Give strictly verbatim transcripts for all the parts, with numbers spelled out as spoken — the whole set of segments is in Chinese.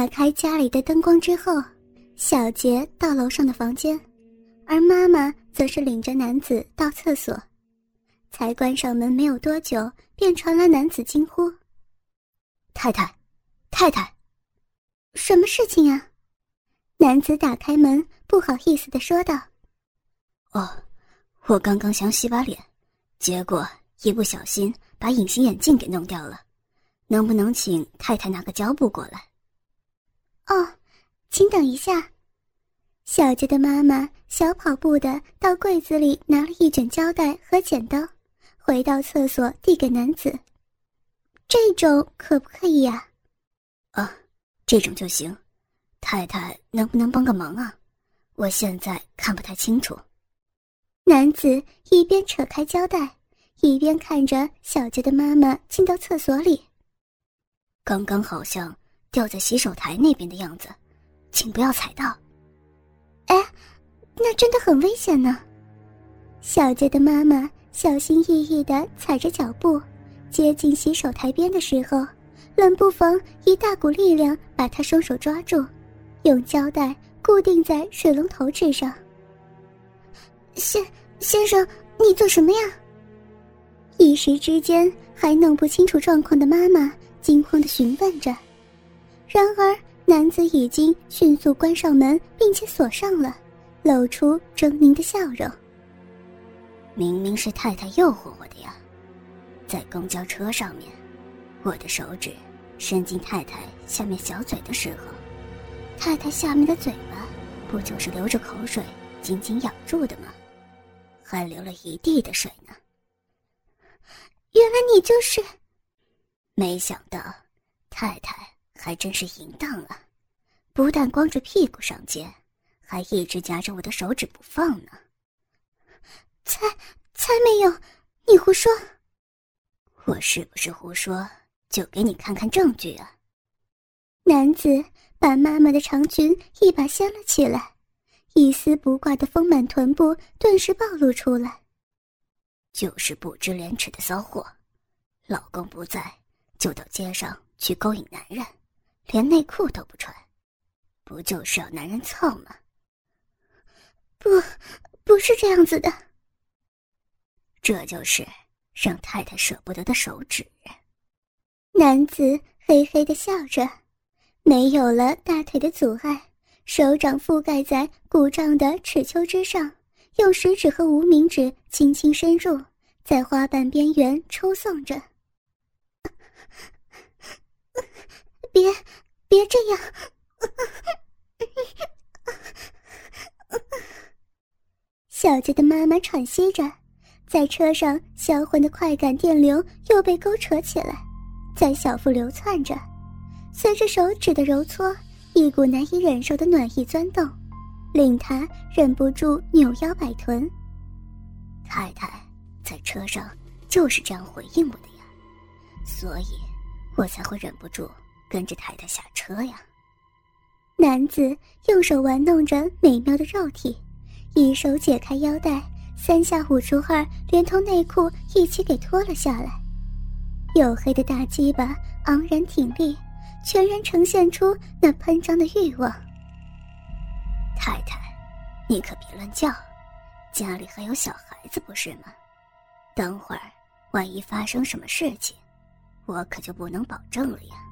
打开家里的灯光之后，小杰到楼上的房间，而妈妈则是领着男子到厕所。才关上门没有多久，便传来男子惊呼：太太，太太！什么事情啊？男子打开门，不好意思地说道： 哦，我刚刚想洗把脸，结果一不小心把隐形眼镜给弄掉了，能不能请太太拿个胶布过来？ 哦，请等一下。小杰的妈妈小跑步的到柜子里拿了一卷胶带和剪刀，回到厕所递给男子。这种可不可以呀？ 啊，这种就行。太太能不能帮个忙啊？我现在看不太清楚。 男子一边扯开胶带，一边看着小杰的妈妈进到厕所里。 刚刚好像掉在洗手台那边的样子，请不要踩到。 哎，那真的很危险呢。小杰的妈妈小心翼翼地踩着脚步，接近洗手台边的时候，冷不防一大股力量把她双手抓住，用胶带固定在水龙头之上。先先生，你做什么呀？一时之间还弄不清楚状况的妈妈惊慌地询问着。然而男子已经迅速关上门并且锁上了，露出狰狞的笑容。 明明是太太诱惑我的呀，在公交车上面，我的手指伸进太太下面小嘴的时候，太太下面的嘴巴不就是流着口水紧紧咬住的吗？还流了一地的水呢。 原来你就是…… 没想到太太还真是淫荡啊，不但光着屁股上街，还一直夹着我的手指不放呢。 才才没有，你胡说。 我是不是胡说，就给你看看证据啊。 男子把妈妈的长裙一把掀了起来，一丝不挂的丰满臀部顿时暴露出来。 就是不知廉耻的骚货，老公不在就到街上去勾引男人，连内裤都不穿，不就是要男人操吗？ 不，不是这样子的。 这就是让太太舍不得的手指。 男子嘿嘿地笑着，没有了大腿的阻碍，手掌覆盖在鼓胀的齿丘之上，用食指和无名指轻轻深入，在花瓣边缘抽送着。别别这样。小杰的妈妈喘息着，在车上销魂的快感电流又被勾扯起来，在小腹流窜着，随着手指的揉搓，一股难以忍受的暖意钻动，令他忍不住扭腰摆臀。 太太在车上就是这样回应我的呀，所以我才会忍不住跟着太太下车呀。 男子用手玩弄着美妙的肉体，一手解开腰带，三下五除二连同内裤一起给脱了下来。黝黑的大鸡巴昂然挺立，全然呈现出那喷张的欲望。 太太，你可别乱叫，家里还有小孩子不是吗？等会儿万一发生什么事情，我可就不能保证了呀。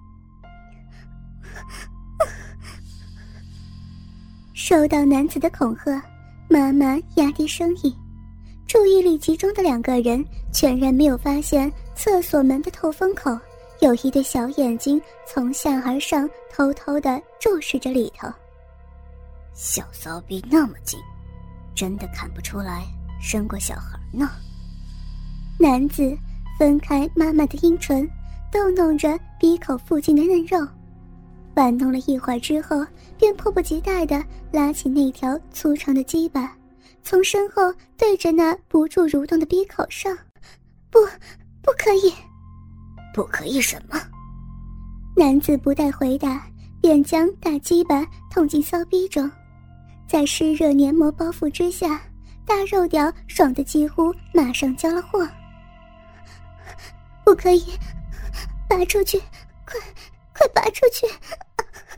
受到男子的恐吓，妈妈压低声音，注意力集中的两个人全然没有发现厕所门的透风口有一对小眼睛从下而上偷偷地注视着里头。 小骚逼那么近，真的看不出来生过小孩呢。 男子分开妈妈的阴唇，逗弄着鼻口附近的嫩肉，玩弄了一会儿之后，便迫不及待地拉起那条粗长的鸡巴，从身后对着那不住蠕动的鼻口上。不，不可以。 不可以什么？ 男子不待回答，便将大鸡巴捅进骚逼中，在湿热黏膜包覆之下，大肉屌爽得几乎马上交了货。不可以，拔出去，快快拔出去！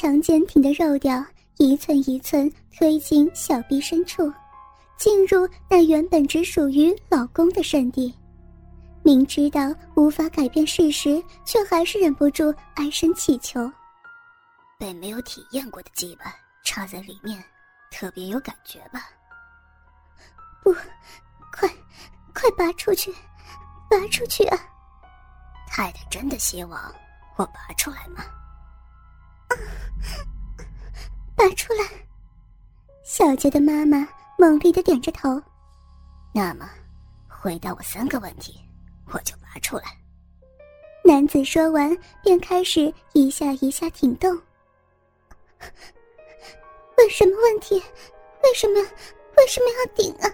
长坚挺的肉条一寸一寸推进小臂深处，进入那原本只属于老公的圣地。明知道无法改变事实，却还是忍不住唉声祈求。 被没有体验过的鸡巴插在里面，特别有感觉吧？ 不，快快拔出去，拔出去啊！ 太太真的希望我拔出来吗？ 啊，拔出来！小杰的妈妈猛烈地点着头。 那么，回答我三个问题，我就拔出来。 男子说完，便开始一下一下挺动。问什么问题？为什么？为什么要顶啊？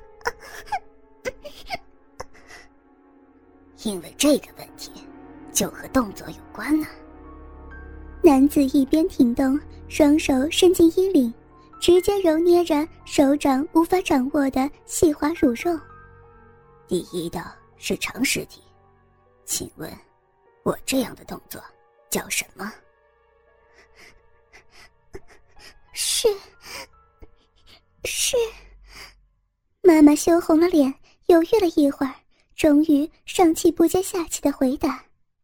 因为这个问题就和动作有关呢、啊。 男子一边挺动，双手伸进衣领，直接揉捏着手掌无法掌握的细滑乳肉。 第一道是常识题，请问我这样的动作叫什么？ 是是妈妈羞红了脸，犹豫了一会儿，终于上气不接下气的回答：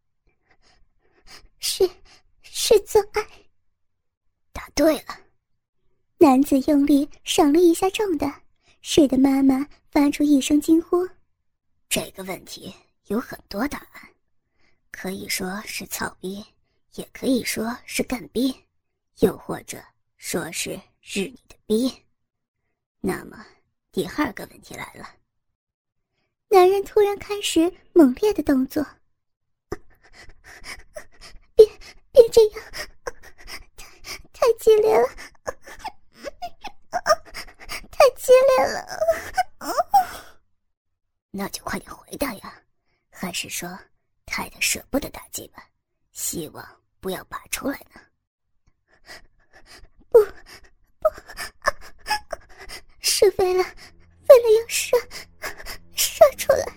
是是做爱。 答对了。 男子用力赏了一下重的，使得妈妈发出一声惊呼。 这个问题有很多答案，可以说是草逼，也可以说是干逼，又或者说是日你的逼。那么第二个问题来了。 男人突然开始猛烈的动作。别别这样，太太激烈了，太激烈了。 那就快点回答呀，还是说太太舍不得打鸡巴，希望不要拔出来呢？ 不不，是为了为了要射射出来。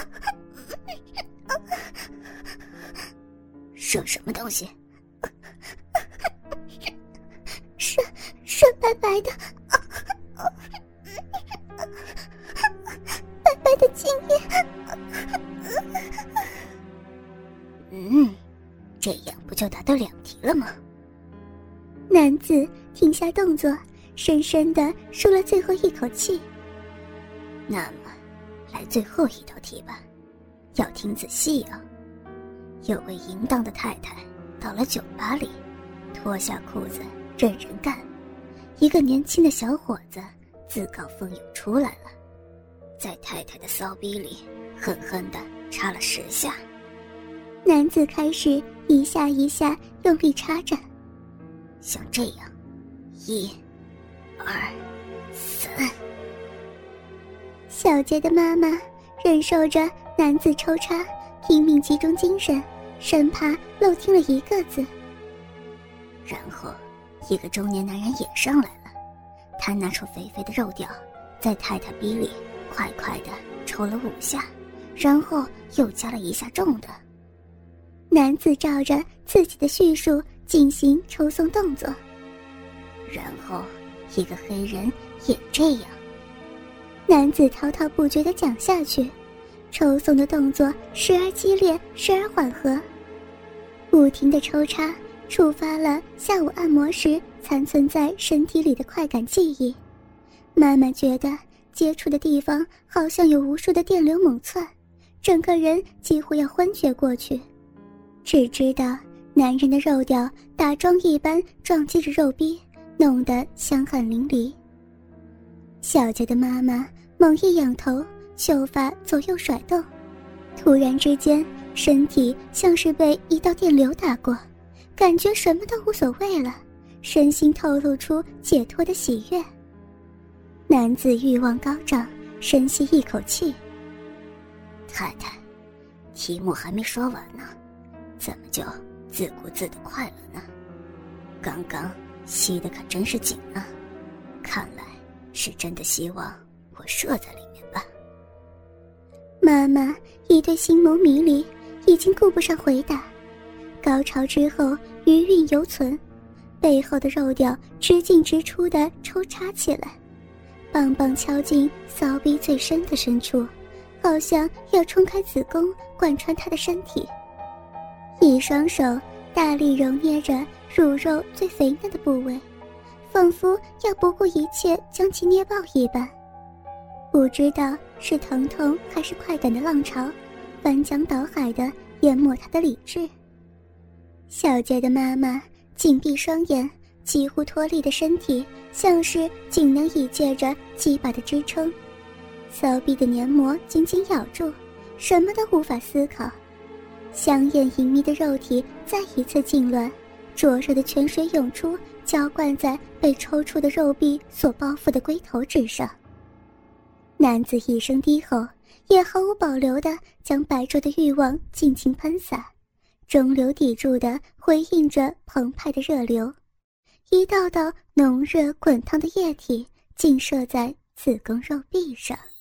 射什么东西？ 射射白白的，白白的精液。 嗯，这样不就答对两题了吗？ 男子停下动作，深深地舒了最后一口气。 那么，来最后一道题吧，要听仔细啊。有位淫荡的太太到了酒吧里，脱下裤子任人干，一个年轻的小伙子自告奋勇出来了，在太太的骚逼里狠狠地插了十下。 男子开始一下一下用力插着， 像这样，一、二、三。 小杰的妈妈忍受着男子抽插，拼命集中精神，生怕漏听了一个字。 然后一个中年男人也上来了，他拿出肥肥的肉屌，在太太逼里快快地抽了五下，然后又加了一下重的。 男子照着自己的叙述进行抽送动作， 然后一个黑人也这样。 男子滔滔不绝地讲下去，抽送的动作时而激烈，时而缓和，不停的抽插触发了下午按摩时残存在身体里的快感记忆。妈妈觉得接触的地方好像有无数的电流猛窜，整个人几乎要昏厥过去。只知道男人的肉屌打桩一般撞击着肉壁，弄得香汗淋漓。小杰的妈妈猛一仰头，秀发左右甩动，突然之间身体像是被一道电流打过，感觉什么都无所谓了，身心透露出解脱的喜悦。男子欲望高涨，深吸一口气。 太太，题目还没说完呢，怎么就自顾自的快乐呢？刚刚吸的可真是紧啊，看来是真的希望我射在里面吧。 妈妈一对心眸迷离，已经顾不上回答。高潮之后余韵犹存， 背后的肉条直进直出地抽插起来，棒棒敲进骚逼最深的深处，好像要冲开子宫贯穿他的身体。一双手大力揉捏着乳肉最肥嫩的部位，仿佛要不顾一切将其捏爆一般。不知道是疼痛还是快感的浪潮翻江倒海地淹没他的理智。小杰的妈妈紧闭双眼，几乎脱力的身体像是仅能以借着鸡巴的支撑，骚逼的黏膜紧紧咬住，什么都无法思考。香艳淫靡的肉体再一次痉挛，灼热的泉水涌出，浇灌在被抽出的肉壁所包覆的龟头之上。男子一声低吼，也毫无保留地将白昼的欲望尽情喷洒，中流砥柱地回应着澎湃的热流，一道道浓热滚烫的液体尽射在子宫肉壁上。